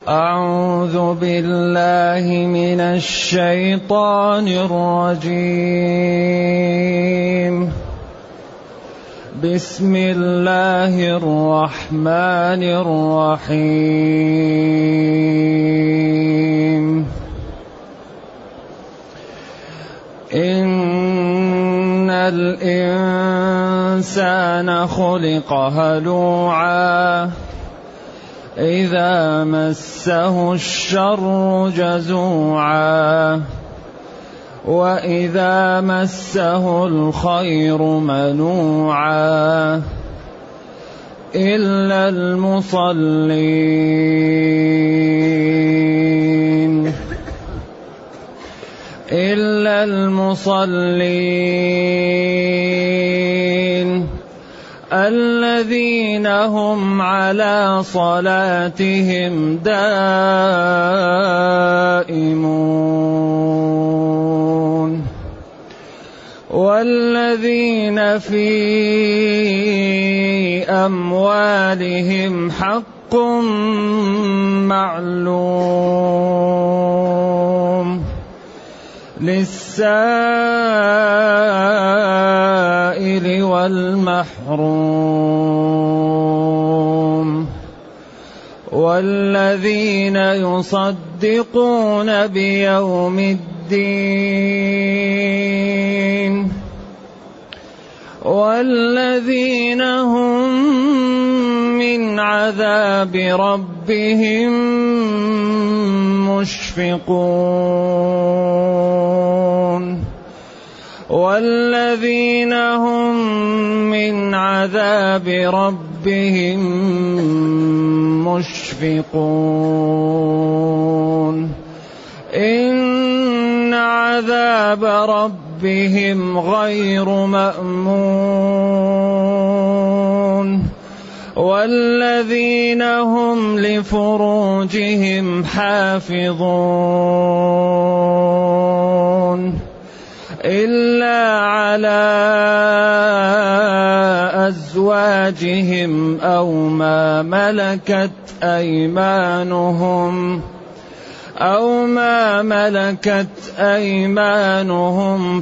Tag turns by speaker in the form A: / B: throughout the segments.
A: أعوذ بالله من الشيطان الرجيم. بسم الله الرحمن الرحيم. إن الإنسان خلق هلوعا إذا مسه الشر جزوعا وإذا مسه الخير منوعا إلا المصلين الذين هم على صلاتهم دائمون والذين في أموالهم حق معلوم للسائل والمحروم والذين يصدقون بيوم الدين والذين هم من عذاب ربهم مشفقون والذين هم من عذاب ربهم مشفقون إن عذاب ربهم غير مأمون والذين هم لفروجهم حافظون إلا على أزواجهم أو ما ملكت أيمانهم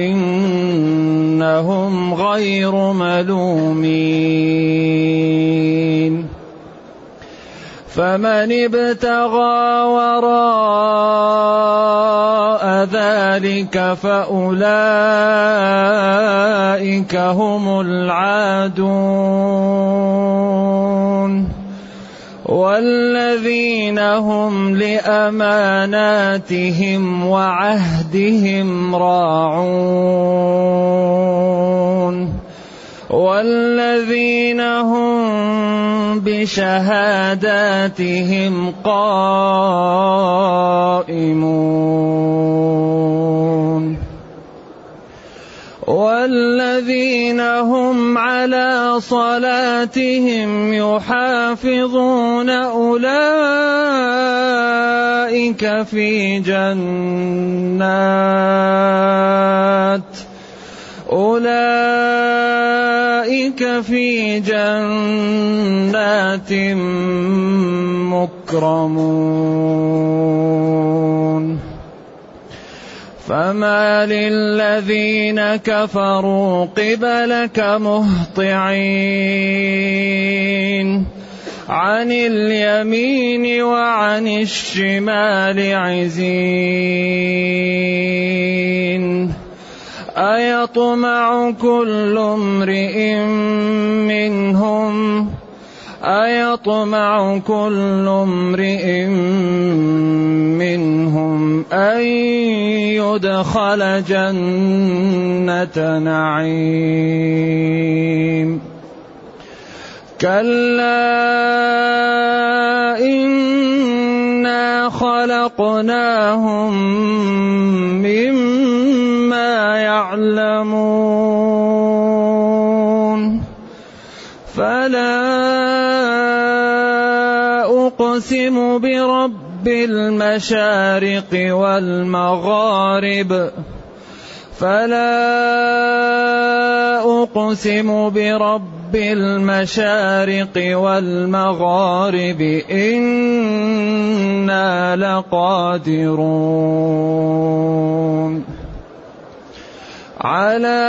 A: فإنهم غير ملومين فمن ابتغى وراء ذلك فأولئك هم العادون والذين هم لأماناتهم وعهدهم راعون والذين هم بشهاداتهم قائمون والذين هم على صلاتهم يحافظون أولئك في جنات مكرمون فما للذين كفروا قبلك مهطعين عن اليمين وعن الشمال عزين أيطمع كل امرئ منهم أن يدخل جنة نعيم كلا إنا خلقناهم مما يعلمون فلا أقسم برب المشارق والمغارب إنه إنا لقادرون على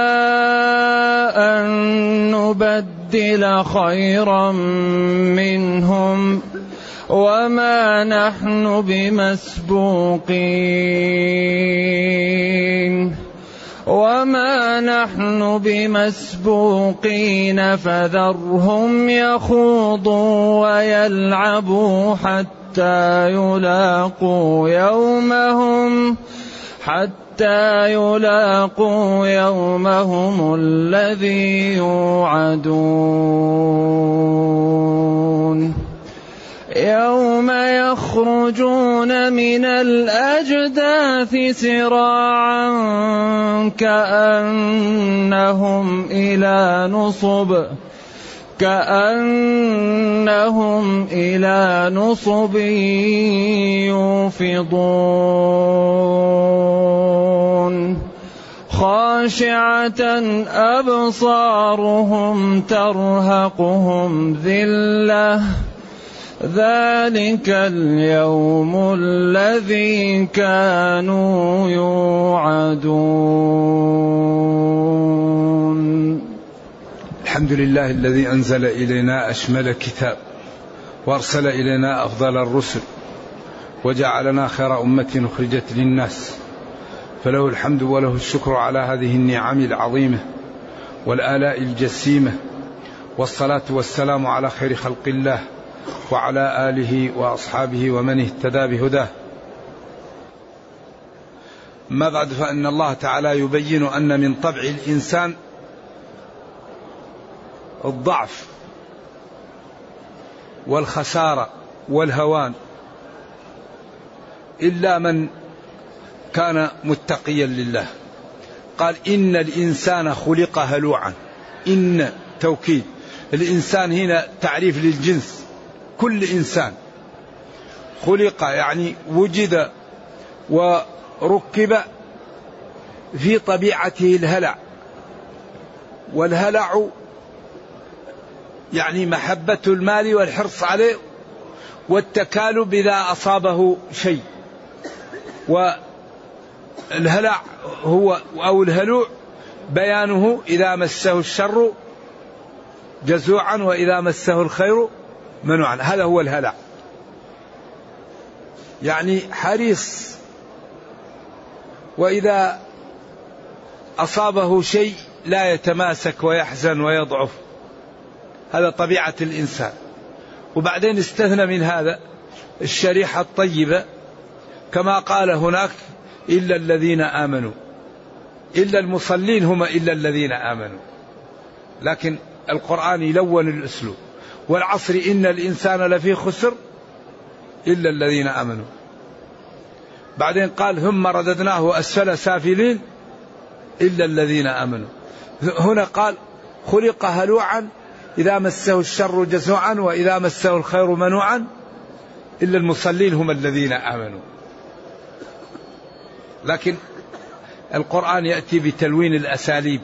A: أن نبدل خيرا منهم وما نحن بمسبوقين فذرهم يخوضوا ويلعبوا حتى يلاقوا يومهم الذي يوعدون يوم يخرجون من الأجداث سراعا كأنهم إلى نصب يوفضون خاشعة أبصارهم ترهقهم ذلة ذلك اليوم الذي كانوا يوعدون.
B: الحمد لله الذي أنزل إلينا أشمل كتاب وأرسل إلينا أفضل الرسل وجعلنا خير أمة أخرجت للناس، فله الحمد وله الشكر على هذه النعم العظيمة والآلاء الجسيمة، والصلاة والسلام على خير خلق الله وعلى آله وأصحابه ومن اهتدى بهداه. ما بعد، فإن الله تعالى يبين أن من طبع الإنسان الضعف والخسارة والهوان إلا من كان متقيا لله. قال إن الإنسان خلق هلوعا، إن توكيد، الإنسان هنا تعريف للجنس، كل إنسان خلق يعني وجد وركب في طبيعته الهلع، والهلع يعني محبة المال والحرص عليه والتكالب إذا أصابه شيء. والهلع هو أو الهلوع بيانه إذا مسه الشر جزوعا وإذا مسه الخير منوعا، هذا هو الهلع، يعني حريص، وإذا أصابه شيء لا يتماسك ويحزن ويضعف، هذا طبيعة الإنسان. وبعدين استثنى من هذا الشريحة الطيبة كما قال هناك إلا الذين آمنوا، إلا المصلين هم إلا الذين آمنوا، لكن القرآن يلون الأسلوب. والعصر إن الإنسان لفي خسر إلا الذين آمنوا. بعدين قال ثم رددناه أسفل سافلين إلا الذين آمنوا. هنا قال خلق هلوعا إذا مسه الشر جزوعا وإذا مسه الخير منوعا إلا المصلين هم الذين آمنوا. لكن القرآن يأتي بتلوين الأساليب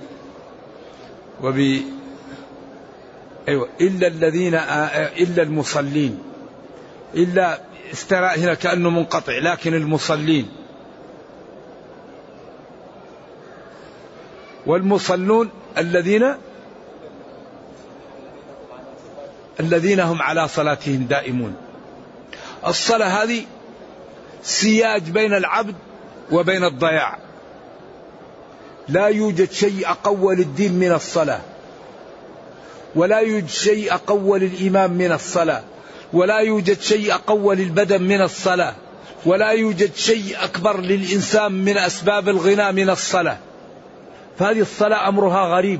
B: إلا الذين إلا المصلين، إلا استراء هنا كأنه منقطع، لكن المصلين والمصلون الذين هم على صلاتهم دائمون. الصلاة هذه سياج بين العبد وبين الضياع، لا يوجد شيء أقوى للدين من الصلاة، ولا يوجد شيء أقوى للإيمان من الصلاة، ولا يوجد شيء أقوى للبدن من الصلاة، ولا يوجد شيء أكبر للإنسان من أسباب الغنى من الصلاة. فهذه الصلاة أمرها غريب،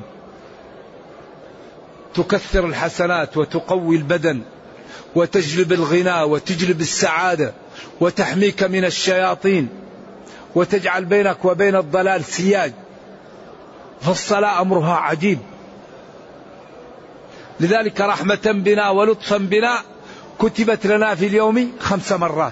B: تكثر الحسنات وتقوي البدن وتجلب الغنى وتجلب السعادة وتحميك من الشياطين وتجعل بينك وبين الضلال سياج. فالصلاة أمرها عجيب، لذلك رحمة بنا ولطفا بنا كتبت لنا في اليوم 5 مرات.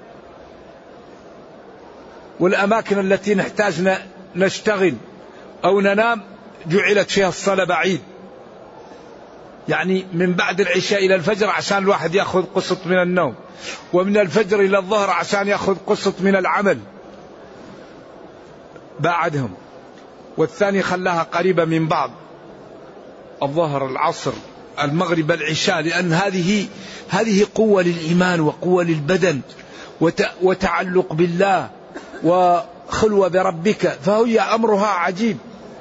B: والأماكن التي نحتاج نشتغل أو ننام جعلت فيها الصلاة بعيد. يعني من بعد العشاء إلى الفجر عشان الواحد يأخذ قسط من النوم، ومن الفجر إلى الظهر عشان يأخذ قسط من العمل بعدهم، والثاني خلاها قريبة من بعض، الظهر العصر المغرب العشاء، لأن هذه قوة للإيمان وقوة للبدن وتعلق بالله وخلوة بربك، فهي أمرها عجيب.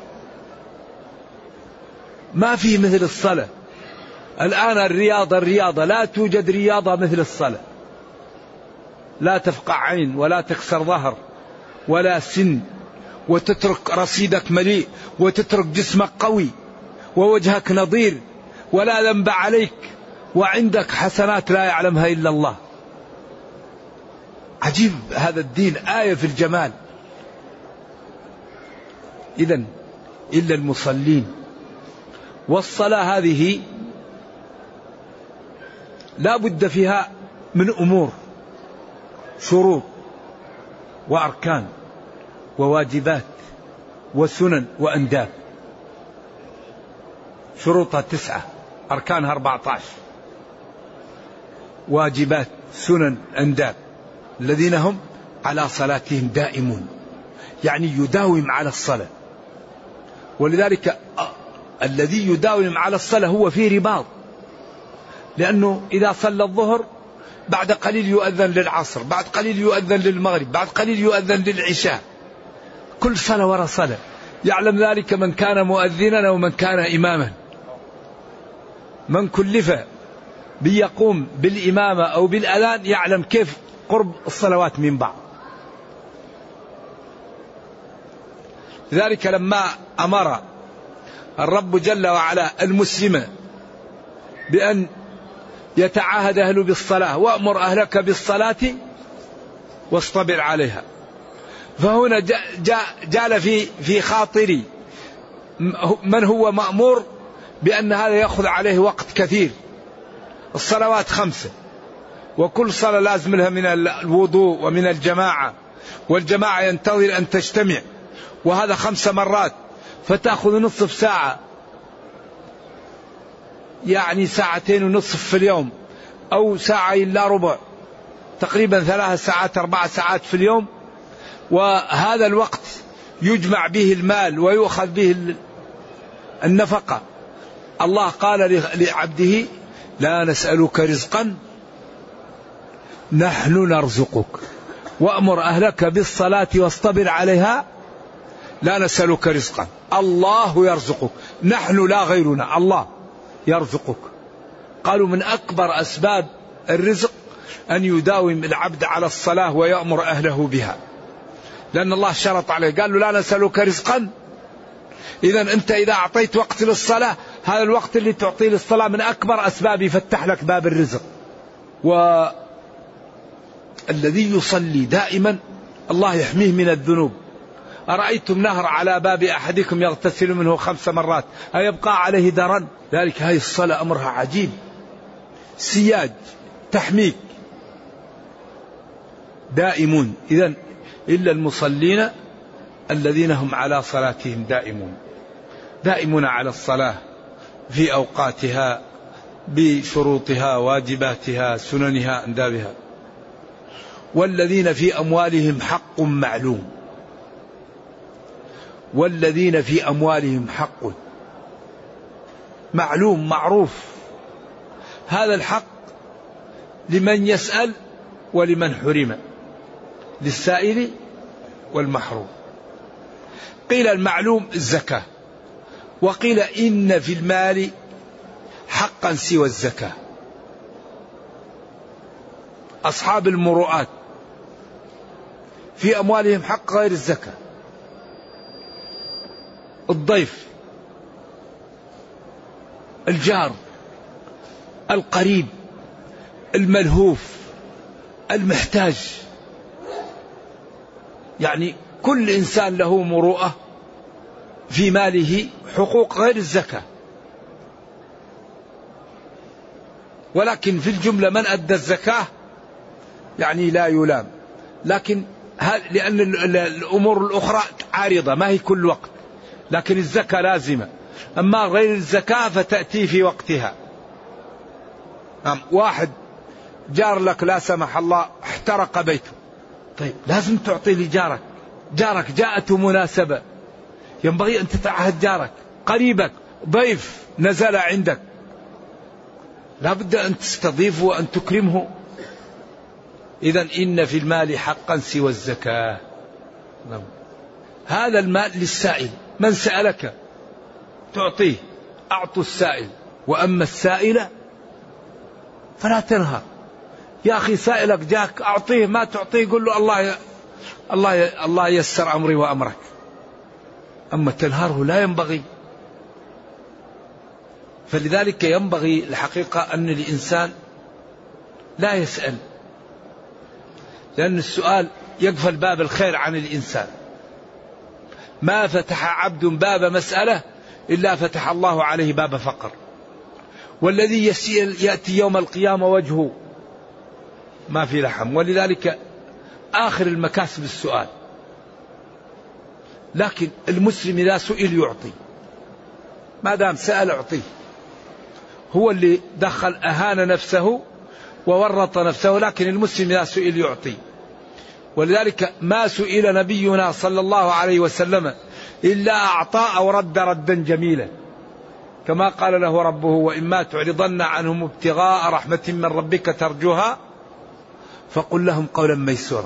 B: ما فيه مثل الصلاة. الآن الرياضة لا توجد رياضة مثل الصلاة، لا تفقع عين ولا تكسر ظهر ولا سن، وتترك رصيدك مليء، وتترك جسمك قوي، ووجهك نظير، ولا ذنب عليك، وعندك حسنات لا يعلمها إلا الله. عجيب هذا الدين، آية في الجمال. إذن إلا المصلين. والصلاة هذه لا بد فيها من أمور، شروط وأركان وواجبات وسنن وأنداب. شروطها 9، أركانها 14، واجبات سنن أنداب. الذين هم على صلاتهم دائمون، يعني يداوم على الصلاة. ولذلك الذي يداوم على الصلاة هو في رباط، لأنه إذا صلى الظهر بعد قليل يؤذن للعصر، بعد قليل يؤذن للمغرب، بعد قليل يؤذن للعشاء، كل صلاة وراء صلاة. يعلم ذلك من كان مؤذنا ومن كان إماما. من كلف بيقوم بالإمامة أو بالأذان يعلم كيف قرب الصلوات من بعض. لذلك لما أمر الرب جل وعلا المسلم بأن يتعاهد أهله بالصلاة، وأمر أهلك بالصلاة واصطبر عليها، فهنا جال في خاطري من هو مأمور بأن هذا يأخذ عليه وقت كثير. الصلوات 5، وكل صلاة لازم لها من الوضوء ومن الجماعة، والجماعة ينتظر أن تجتمع، وهذا 5 مرات، فتأخذ نصف ساعة، يعني 2.5 ساعة في اليوم، أو 1.25 ساعة، تقريبا 3 ساعات 4 ساعات في اليوم. وهذا الوقت يجمع به المال ويؤخذ به النفقة. الله قال لعبده: لا نسألك رزقا نحن نرزقك وأمر أهلك بالصلاة واصطبر عليها. لا نسألك رزقا، الله يرزقك، نحن لا غيرنا، الله يرزقك. قالوا من أكبر أسباب الرزق أن يداوم العبد على الصلاة ويأمر أهله بها، لأن الله شرط عليه، قال له: لا نسألك رزقا. إذن أنت إذا أعطيت وقت للصلاة، هذا الوقت اللي تعطيه للصلاة من أكبر أسباب يفتح لك باب الرزق. والذي يصلي دائما الله يحميه من الذنوب. أرأيتم نهر على باب أحدكم يغتسل منه 5 مرات، أيبقى عليه درن؟ ذلك هذه الصلاة أمرها عجيب، سياج تحميك، دائمون. إذن إلا المصلين الذين هم على صلاتهم دائمون، دائمون على الصلاة في أوقاتها بشروطها، واجباتها، سننها، أندابها. والذين في أموالهم حق معلوم، والذين في أموالهم حق معلوم معروف. هذا الحق لمن يسأل ولمن حرم، للسائل والمحروم. قيل المعلوم الزكاة، وقيل إن في المال حقا سوى الزكاة. أصحاب المروءات في أموالهم حق غير الزكاة. الضيف، الجار، القريب، الملهوف، المحتاج، يعني كل إنسان له مروءة في ماله، حقوق غير الزكاة. ولكن في الجملة من أدى الزكاة يعني لا يلام، لكن لأن الأمور الأخرى عارضة ما هي كل وقت، لكن الزكاة لازمة. أما غير الزكاة فتأتي في وقتها. واحد جار لك لا سمح الله احترق بيته، طيب لازم تعطي لجارك. جارك جاءته مناسبة، ينبغي أن تتعهد جارك. قريبك ضيف نزل عندك، لا بد أن تستضيفه وأن تكرمه. إذن إن في المال حقا سوى الزكاة. هذا المال للسائل، من سألك تعطيه، أعطوا السائل. وأما السائل فلا تنهر. يا أخي سائلك جاك أعطيه، ما تعطيه قل له الله يسر أمري وأمرك. أما تنهره لا ينبغي. فلذلك ينبغي الحقيقة أن الإنسان لا يسأل، لأن السؤال يقفل باب الخير عن الإنسان. ما فتح عبد باب مسألة إلا فتح الله عليه باب فقر. والذي يأتي يوم القيامة وجهه ما في لحم. ولذلك آخر المكاسب السؤال. لكن المسلم إذا سئل يعطي، ما دام سأل أعطيه. هو اللي دخل أهان نفسه وورط نفسه، لكن المسلم إذا سئل يعطي. ولذلك ما سئل نبينا صلى الله عليه وسلم إلا أعطى أو رد ردا جميلا، كما قال له ربه: وإما تعرضن عنهم ابتغاء رحمة من ربك ترجوها فقل لهم قولا ميسورا.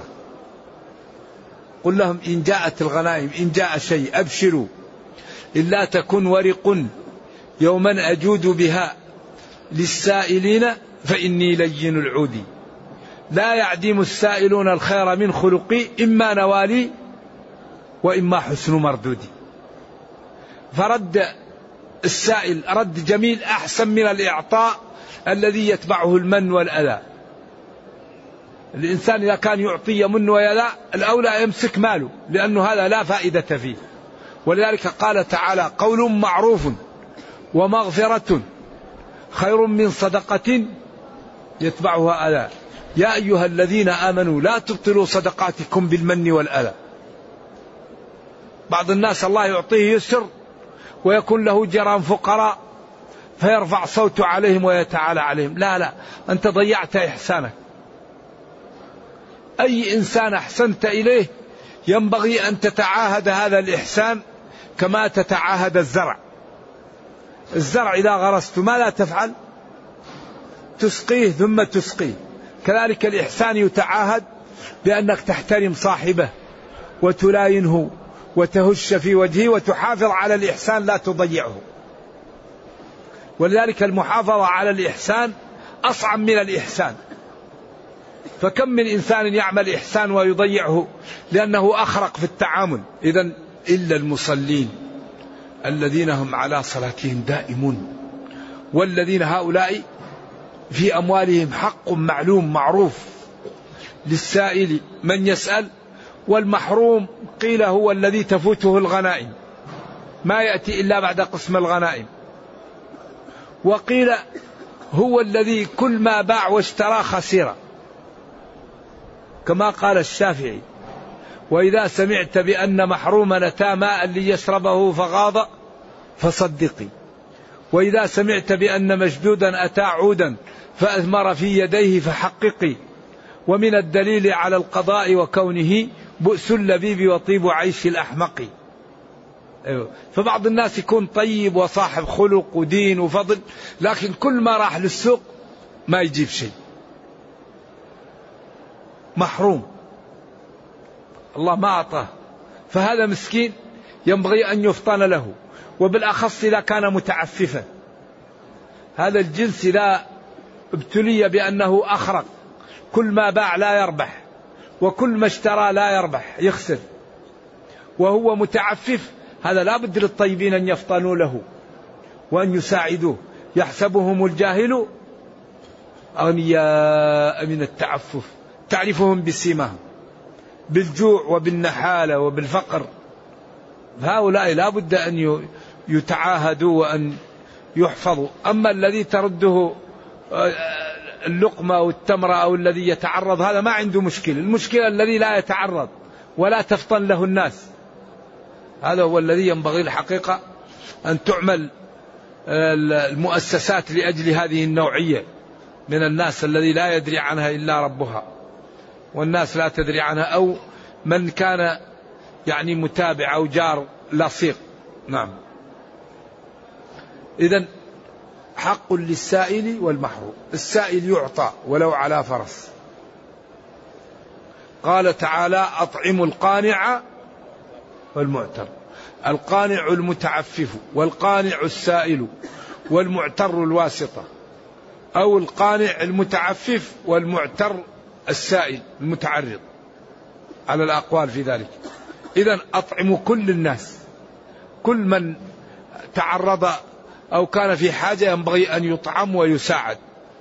B: قل لهم إن جاءت الغنائم، إن جاء شيء أبشروا، إلا تكن ورق يوما أجود بها للسائلين فإني لين العود. لا يعدم السائلون الخير من خلقي، إما نوالي وإما حسن مردودي. فرد السائل رد جميل أحسن من الإعطاء الذي يتبعه المن والأذى. الإنسان إذا كان يعطي يمن ويذى الأولى يمسك ماله، لأنه هذا لا فائدة فيه. ولذلك قال تعالى: قول معروف ومغفرة خير من صدقة يتبعها أذى. يا أيها الذين آمنوا لا تبطلوا صدقاتكم بالمن والأذى. بعض الناس الله يعطيه يسر ويكون له جيران فقراء فيرفع صوته عليهم ويتعالى عليهم. لا، أنت ضيعت إحسانك. أي إنسان أحسنت إليه ينبغي أن تتعاهد هذا الإحسان كما تتعاهد الزرع. الزرع إذا غرست ما لا تفعل؟ تسقيه ثم تسقيه. كذلك الإحسان يتعاهد بأنك تحترم صاحبه وتلاينه وتهش في وجهه وتحافظ على الإحسان لا تضيعه. ولذلك المحافظة على الإحسان أصعب من الإحسان. فكم من إنسان يعمل إحسان ويضيعه لأنه أخرق في التعامل. إذن إلا المصلين الذين هم على صلاتهم دائمون، والذين هؤلاء في أموالهم حق معلوم معروف للسائل من يسأل، والمحروم قيل هو الذي تفوته الغنائم، ما يأتي إلا بعد قسم الغنائم، وقيل هو الذي كل ما باع واشترى خسر، كما قال الشافعي: وإذا سمعت بأن محروما أتى ماء ليشربه فغاض فصدقي، وإذا سمعت بأن مشدودا أتى عودا فأثمر في يديه فحققي، ومن الدليل على القضاء وكونه بؤس اللبيب وطيب عيش الأحمق. فبعض الناس يكون طيب وصاحب خلق ودين وفضل، لكن كل ما راح للسوق ما يجيب شيء، محروم، الله ما أعطاه. فهذا مسكين ينبغي أن يفطن له، وبالأخص إذا كان متعففا. هذا الجنس إذا ابتلي بأنه أخرق، كل ما باع لا يربح، وكل ما اشترى لا يربح، يخسر، وهو متعفف، هذا لا بد للطيبين أن يفطنوا له وأن يساعدوه. يحسبهم الجاهل أغنياء من التعفف، تعرفهم بسيماهم، بالجوع وبالنحالة وبالفقر. هؤلاء لا بد أن يتعاهدوا وأن يحفظوا. أما الذي ترده اللقمة أو التمرة أو الذي يتعرض، هذا ما عنده مشكلة. المشكلة الذي لا يتعرض ولا تفطن له الناس، هذا هو الذي ينبغي الحقيقة أن تعمل المؤسسات لأجل هذه النوعية من الناس الذي لا يدري عنها إلا ربها، والناس لا تدري عنها، أو من كان يعني متابع أو جار لصيق. نعم. إذن حق للسائل والمحروم. السائل يعطى ولو على فرس. قال تعالى: أطعموا القانع والمعتر. القانع المتعفف، والقانع السائل، والمعتر الواسطة، أو القانع المتعفف والمعتر السائل المتعرض، على الأقوال في ذلك. إذن أطعموا كل الناس، كل من تعرض أو كان في حاجة ينبغي أن يطعم ويساعد.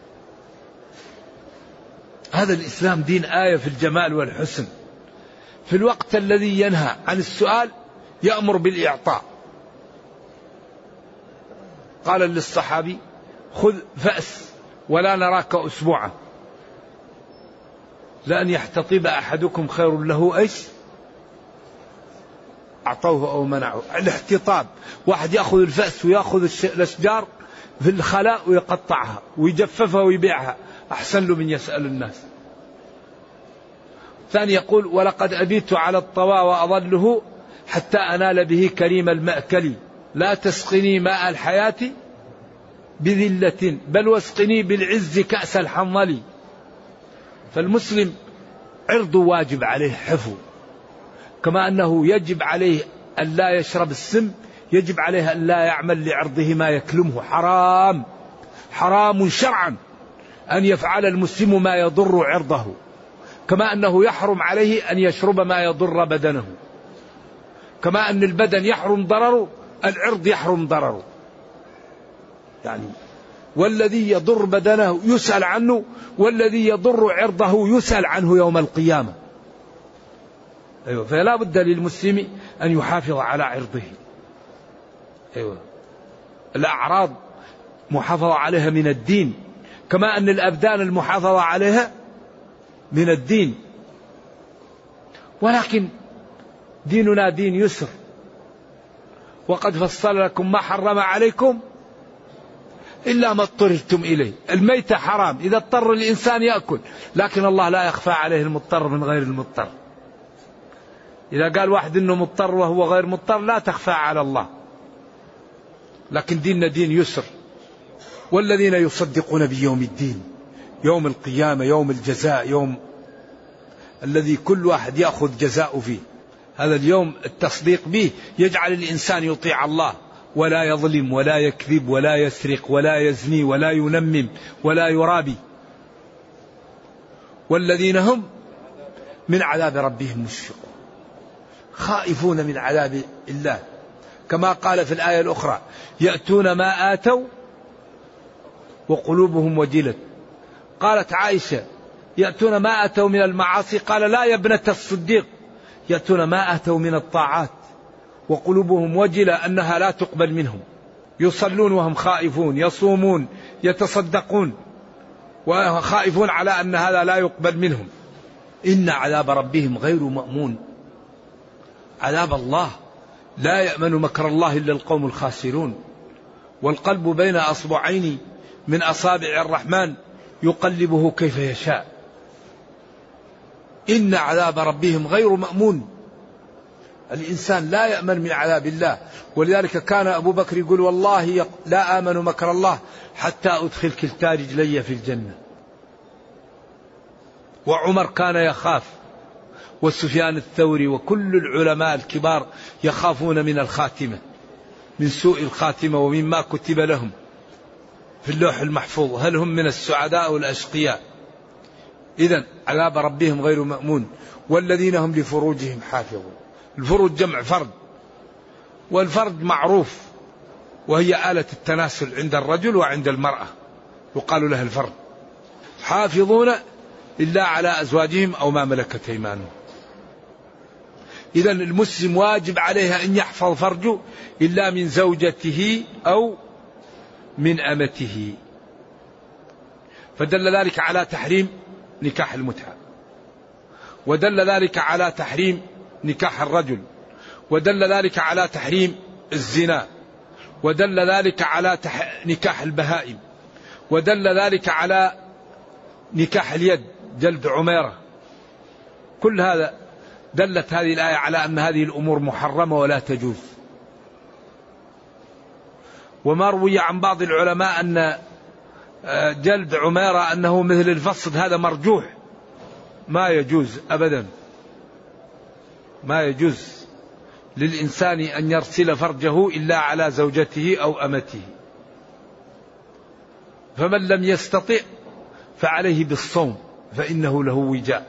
B: هذا الإسلام دين آية في الجمال والحسن. في الوقت الذي ينهى عن السؤال يأمر بالإعطاء. قال للصحابي: خذ فأس ولا نراك أسبوعا، لأن يحتطب أحدكم خير له إيش؟ أعطوه أو منعه. الاحتطاب، واحد يأخذ الفأس ويأخذ الأشجار في الخلاء ويقطعها ويجففها ويبيعها، أحسن له من يسأل الناس. ثاني يقول: ولقد أبيت على الطوى وأظله حتى أنال به كريم المأكل، لا تسقني ماء الحياة بذلة بل واسقني بالعز كأس الحنظل. فالمسلم عرض واجب عليه حفظ، كما أنه يجب عليه أن لا يشرب السم، يجب عليه أن لا يعمل لعرضه ما يكلمه. حرام شرعا أن يفعل المسلم ما يضر عرضه، كما أنه يحرم عليه أن يشرب ما يضر بدنه. كما أن البدن يحرم ضرره، العرض يحرم ضرره. يعني والذي يضر بدنه يسأل عنه، والذي يضر عرضه يسأل عنه يوم القيامة. أيوة. فلا بد للمسلم أن يحافظ على عرضه. أيوة. الأعراض محافظة عليها من الدين، كما أن الأبدان المحافظة عليها من الدين. ولكن ديننا دين يسر، وقد فصل لكم ما حرم عليكم إلا ما اضطررتم إليه. الميتة حرام إذا اضطر الإنسان يأكل، لكن الله لا يخفى عليه المضطر من غير المضطر. إذا قال واحد إنه مضطر وهو غير مضطر لا تخفى على الله. لكن ديننا دين يسر. والذين يصدقون بيوم الدين، يوم القيامة، يوم الجزاء، يوم الذي كل واحد يأخذ جزاء فيه. هذا اليوم التصديق به يجعل الإنسان يطيع الله، ولا يظلم ولا يكذب ولا يسرق ولا يزني ولا ينمم ولا يرابي. والذين هم من عذاب ربهم مشفقون، خائفون من عذاب الله. كما قال في الآية الأخرى: يأتون ما آتوا وقلوبهم وجلة. قالت عائشة: يأتون ما آتوا من المعاصي. قال: لا يا ابنة الصديق، يأتون ما آتوا من الطاعات وقلوبهم وجلة أنها لا تقبل منهم. يصلون وهم خائفون، يصومون، يتصدقون وخائفون على أن هذا لا يقبل منهم. إن عذاب ربهم غير مأمون. عذاب الله لا يأمن مكر الله إلا القوم الخاسرون. والقلب بين أصبعين من أصابع الرحمن يقلبه كيف يشاء. إن عذاب ربهم غير مأمون. الإنسان لا يأمن من عذاب الله. ولذلك كان أبو بكر يقول: والله لا آمن مكر الله حتى أدخل كلتا رجلي في الجنة. وعمر كان يخاف، والسفيان الثوري وكل العلماء الكبار يخافون من الخاتمة، من سوء الخاتمة ومما كتب لهم في اللوح المحفوظ، هل هم من السعداء والأشقياء. إذن عذاب ربهم غير مأمون. والذين هم لفروجهم حافظون. الفروج جمع فرد، والفرد معروف، وهي آلة التناسل عند الرجل وعند المرأة، يقال لها الفرد. حافظون إلا على أزواجهم أو ما ملكت أيمانهم. إذن المسلم واجب عليها أن يحفظ فرجه إلا من زوجته أو من أمته. فدل ذلك على تحريم نكاح المتعة، ودل ذلك على تحريم نكاح الرجل، ودل ذلك على تحريم الزنا، ودل ذلك على نكاح البهائم، ودل ذلك على نكاح اليد جلد عميرة. كل هذا دلت هذه الآية على أن هذه الأمور محرمة ولا تجوز. وما روي عن بعض العلماء أن جلد عميرة أنه مثل الفصد، هذا مرجوح، ما يجوز أبدا، ما يجوز للإنسان أن يرسل فرجه إلا على زوجته أو أمته. فمن لم يستطع فعليه بالصوم فإنه له وجاء.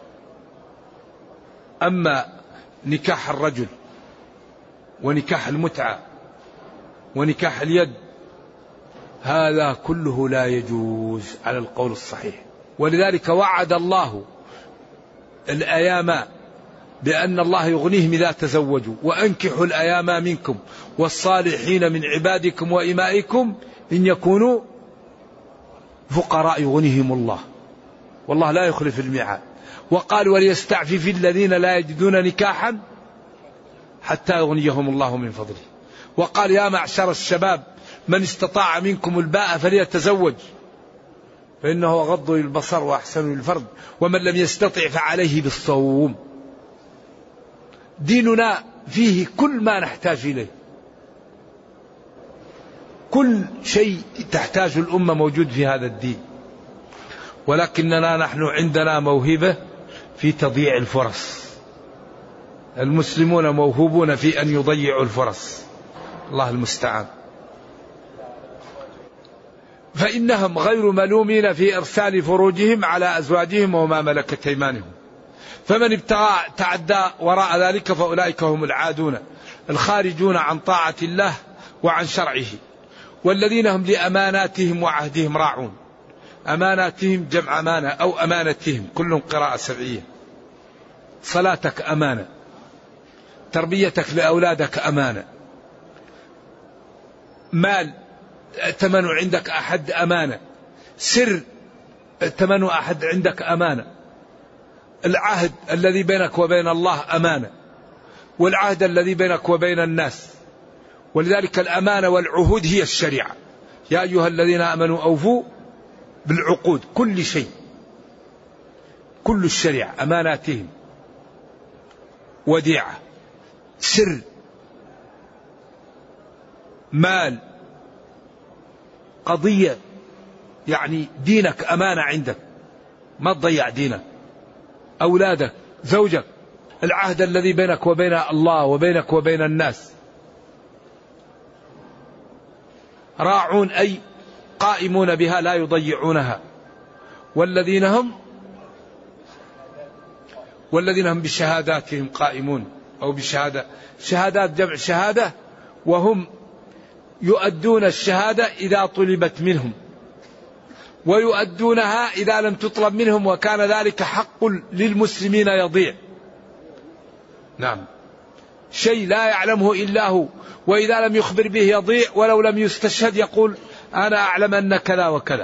B: أما نكاح الرجل ونكاح المتعة ونكاح اليد هذا كله لا يجوز على القول الصحيح. ولذلك وعد الله الأيام بأن الله يغنيهم إذا تزوجوا، وأنكحوا الأيام منكم والصالحين من عبادكم وإمائكم إن يكونوا فقراء يغنيهم الله، والله لا يخلف الميعاد. وقال وليستعفف الذين لا يجدون نكاحا حتى يغنيهم الله من فضله. وقال يا معشر الشباب من استطاع منكم الباء فليتزوج فإنه غض للبصر وأحسن للفرج ومن لم يستطع فعليه بالصوم. ديننا فيه كل ما نحتاج إليه، كل شيء تحتاج الأمة موجود في هذا الدين، ولكننا نحن عندنا موهبة في تضييع الفرص. المسلمون موهوبون في أن يضيعوا الفرص، الله المستعان. فإنهم غير ملومين في إرسال فروجهم على أزواجهم وما ملكت أيمانهم، فمن ابتغى تعدى وراء ذلك فأولئك هم العادون الخارجون عن طاعة الله وعن شرعه، والذين هم لأماناتهم وعهدهم راعون. أماناتهم جمع أمانة أو أمانتهم، كل قراءة سبعية. صلاتك أمانة، تربيتك لأولادك أمانة، مال ائتمن عندك أحد أمانة، سر ائتمن أحد عندك أمانة، العهد الذي بينك وبين الله أمانة، والعهد الذي بينك وبين الناس. ولذلك الأمانة والعهود هي الشريعة. يا أيها الذين آمنوا أوفوا بالعقود، كل شيء، كل الشريعة. أماناتهم وديعة، سر، مال، قضية، يعني دينك أمانة عندك ما تضيع دينك، أولادك، زوجك، العهد الذي بينك وبين الله وبينك وبين الناس. راعون أي قائمون بها لا يضيعونها. والذين هم بشهاداتهم قائمون، أو بشهادة، شهادات جمع شهادة، وهم يؤدون الشهادة إذا طلبت منهم، ويؤدونها إذا لم تطلب منهم، وكان ذلك حق للمسلمين يضيع. نعم، شيء لا يعلمه إلا هو، وإذا لم يخبر به يضيع، ولو لم يستشهد يقول أنا أعلم أن كذا وكذا.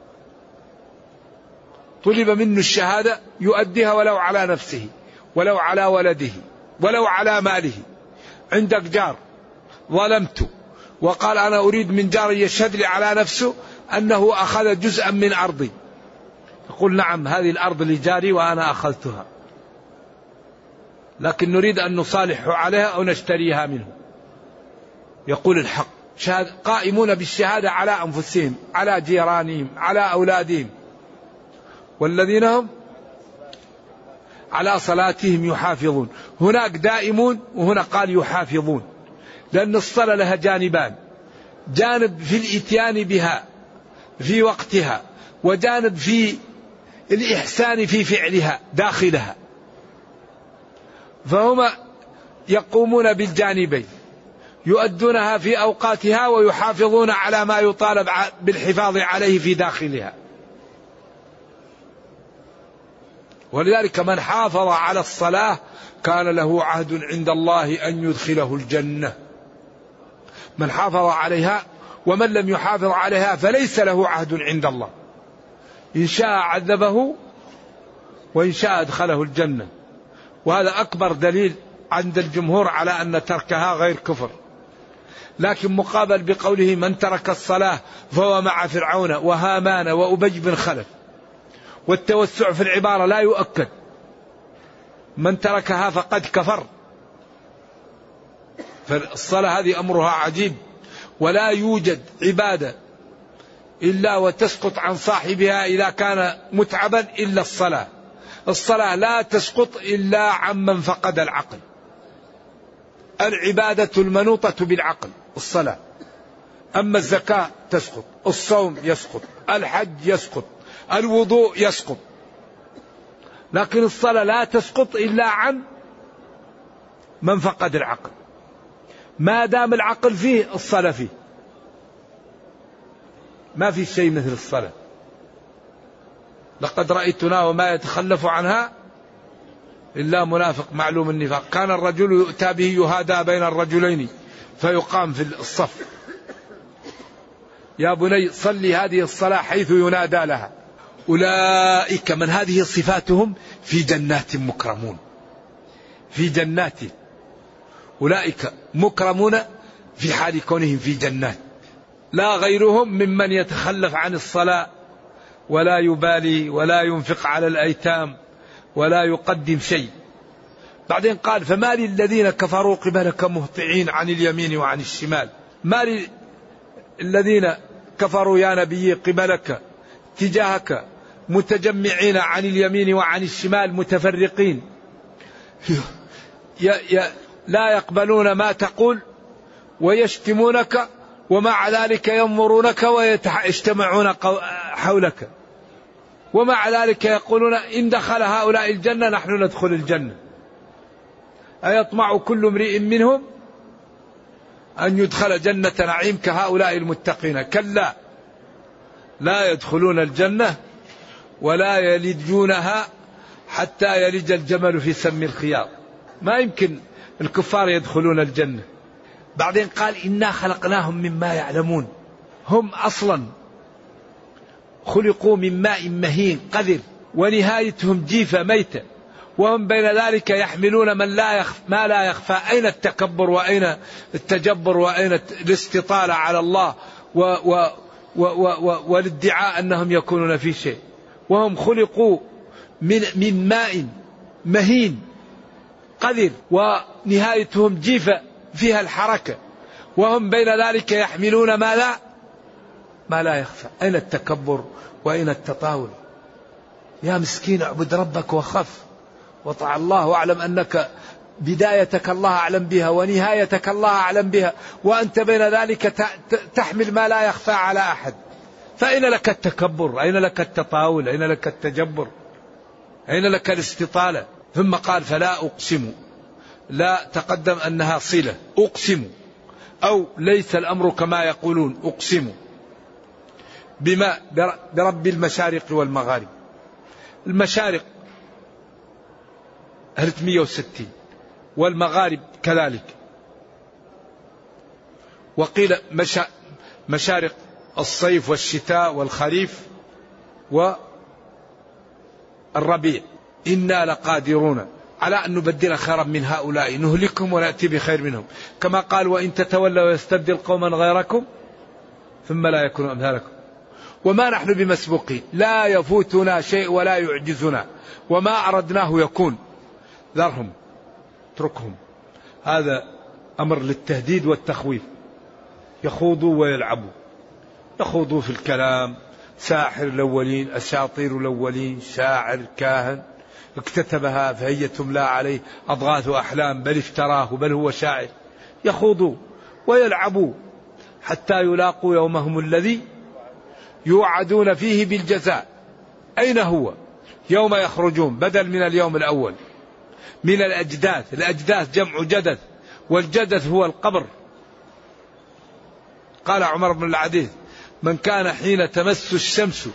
B: طلب منه الشهادة يؤديها ولو على نفسه، ولو على ولده، ولو على ماله. عندك جار ظلمته وقال أنا أريد من جاري يشهد لي على نفسه أنه أخذ جزءا من أرضي، يقول نعم هذه الأرض لجاري وأنا أخذتها، لكن نريد أن نصالح عليها أو نشتريها منه. يقول الحق. قائمون بالشهادة على أنفسهم، على جيرانهم، على أولادهم. والذين هم على صلاتهم يحافظون. هناك دائمون وهنا قال يحافظون، لأن الصلاة لها جانبان، جانب في الإتيان بها في وقتها، وجانب في الإحسان في فعلها داخلها. فهم يقومون بالجانبين، يؤدونها في أوقاتها ويحافظون على ما يطالب بالحفاظ عليه في داخلها. ولذلك من حافظ على الصلاة كان له عهد عند الله أن يدخله الجنة. من حافظ عليها، ومن لم يحافظ عليها فليس له عهد عند الله، إن شاء عذبه وإن شاء أدخله الجنة. وهذا أكبر دليل عند الجمهور على أن تركها غير كفر، لكن مقابل بقوله من ترك الصلاة فهو مع فرعون وهامان وأبي بن خلف. والتوسع في العبارة لا يؤكد، من تركها فقد كفر. فالصلاة هذه أمرها عجيب، ولا يوجد عبادة إلا وتسقط عن صاحبها إذا كان متعبا إلا الصلاة. الصلاة لا تسقط إلا عمن فقد العقل. العبادة المنوطة بالعقل الصلاة. أما الزكاة تسقط، الصوم يسقط، الحج يسقط، الوضوء يسقط، لكن الصلاة لا تسقط إلا عن من فقد العقل. ما دام العقل فيه الصلاة فيه. ما في شيء مثل الصلاة. لقد رأيتنا وما يتخلف عنها إلا منافق معلوم النفاق. كان الرجل يؤتى به يهادى بين الرجلين فيقام في الصف، يا بني صلي هذه الصلاة حيث ينادى لها. أولئك من هذه صفاتهم في جنات مكرمون. في جنات، أولئك مكرمون في حال كونهم في جنات. لا غيرهم ممن يتخلف عن الصلاة ولا يبالي ولا ينفق على الأيتام ولا يقدم شيء. بعدين قال فما للذين كفروا قبلك مهطعين عن اليمين وعن الشمال. ما للذين كفروا يا نبي قبلك تجاهك متجمعين عن اليمين وعن الشمال متفرقين لا يقبلون ما تقول ويشتمونك ومع ذلك ينظرونك ويجتمعون حولك، ومع ذلك يقولون إن دخل هؤلاء الجنة نحن ندخل الجنة. أيطمع كل امرئ منهم أن يدخل جنة نعيم كهؤلاء المتقين؟ كلا لا يدخلون الجنة ولا يلجونها حتى يلج الجمل في سم الخياط. ما يمكن الكفار يدخلون الجنة. بعدين قال إنا خلقناهم مما يعلمون. هم أصلا خلقوا من ماء مهين قذر ونهايتهم جيفة ميتة، وهم بين ذلك يحملون ما لا يخفى. أين التكبر وأين التجبر وأين الاستطالة على الله والادعاء أنهم يكونون في شيء. وهم خلقوا من ماء مهين قذر ونهايتهم جيفة فيها الحركة، وهم بين ذلك يحملون ما لا يخفى. أين التكبر وأين التطاول؟ يا مسكين اعبد ربك وخف وطع الله واعلم أنك بدايتك الله أعلم بها ونهايتك الله أعلم بها، وأنت بين ذلك تحمل ما لا يخفى على أحد. فأين لك التكبر؟ أين لك التطاول؟ أين لك التجبر؟ أين لك الاستطالة؟ ثم قال فلا أقسم. لا تقدم أنها صلة، أقسم أو ليس الأمر كما يقولون، أقسم بما برب المشارق والمغارب. المشارق 360 والمغارب كذلك. وقيل مشارق الصيف والشتاء والخريف والربيع. إنا لقادرون على أن نبدل خيرا من هؤلاء نهلكهم ونأتي بخير منهم، كما قال وإن تتولوا يستبدل قوما غيركم ثم لا يكونوا أمثالكم. وما نحن بمسبوقين، لا يفوتنا شيء ولا يعجزنا، وما أردناه يكون. ذرهم اتركهم. هذا أمر للتهديد والتخويف. يخوضوا ويلعبوا، يخوضوا في الكلام، ساحر الأولين، أساطير الأولين، شاعر، كاهن اكتتبها فهي تملى عليه، أضغاث أحلام بل افتراه بل هو شاعر. يخوضوا ويلعبوا حتى يلاقوا يومهم الذي يوعدون فيه بالجزاء. أين هو؟ يوم يخرجون، بدل من اليوم الأول، من الأجداث. الأجداث جمع جدث، والجدث هو القبر. قال عمر بن العزيز من كان حين تمس الشمس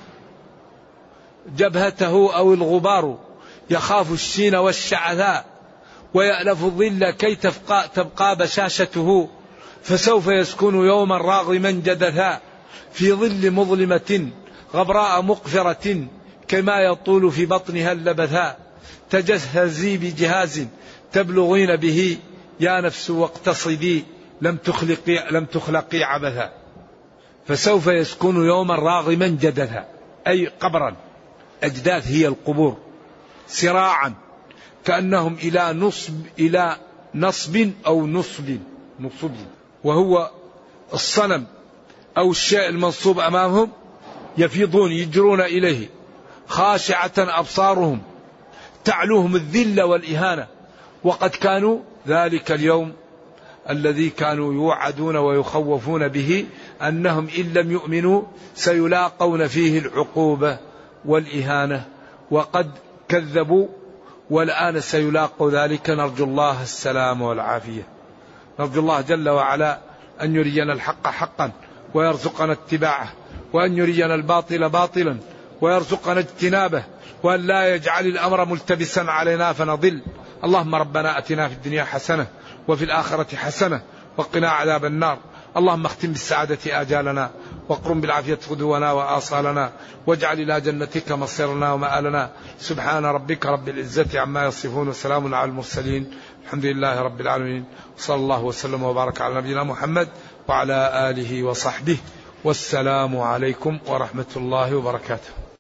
B: جبهته أو الغبار يخاف الشين والشعثاء ويألف الظل كي تبقى بشاشته، فسوف يسكن يوما راغما جدثا في ظل مظلمة غبراء مقفرة كما يطول في بطنها اللبثاء. تجهزي بجهاز تبلغين به يا نفس واقتصدي لم تخلقي عبثا، فسوف يسكن يوما راغما جدثا، أي قبرا. أجداث هي القبور، سراعا كأنهم إلى نصب أو نصب، وهو الصنم أو الشيء المنصوب أمامهم، يفيضون يجرون إليه، خاشعة أبصارهم تعلوهم الذلة والإهانة، وقد كانوا ذلك اليوم الذي كانوا يوعدون ويخوفون به أنهم إن لم يؤمنوا سيلاقون فيه العقوبة والإهانة، وقد كذبوا والآن سيلاقوا ذلك. نرجو الله السلام والعافية. نرجو الله جل وعلا أن يرينا الحق حقا ويرزقنا اتباعه، وأن يرينا الباطل باطلا ويرزقنا اجتنابه، وأن لا يجعل الأمر ملتبسا علينا فنضل. اللهم ربنا أتنا في الدنيا حسنة وفي الآخرة حسنة وقنا عذاب النار. اللهم اختم بالسعادة آجالنا، واقرم بالعافية غدونا وآصالنا، واجعل إلى جنتك مصيرنا ومآلنا. سبحان ربك رب العزة عما يصفون، وسلام على المرسلين، الحمد لله رب العالمين، صلى الله وسلم وبارك على نبينا محمد وعلى آله وصحبه، والسلام عليكم ورحمة الله وبركاته.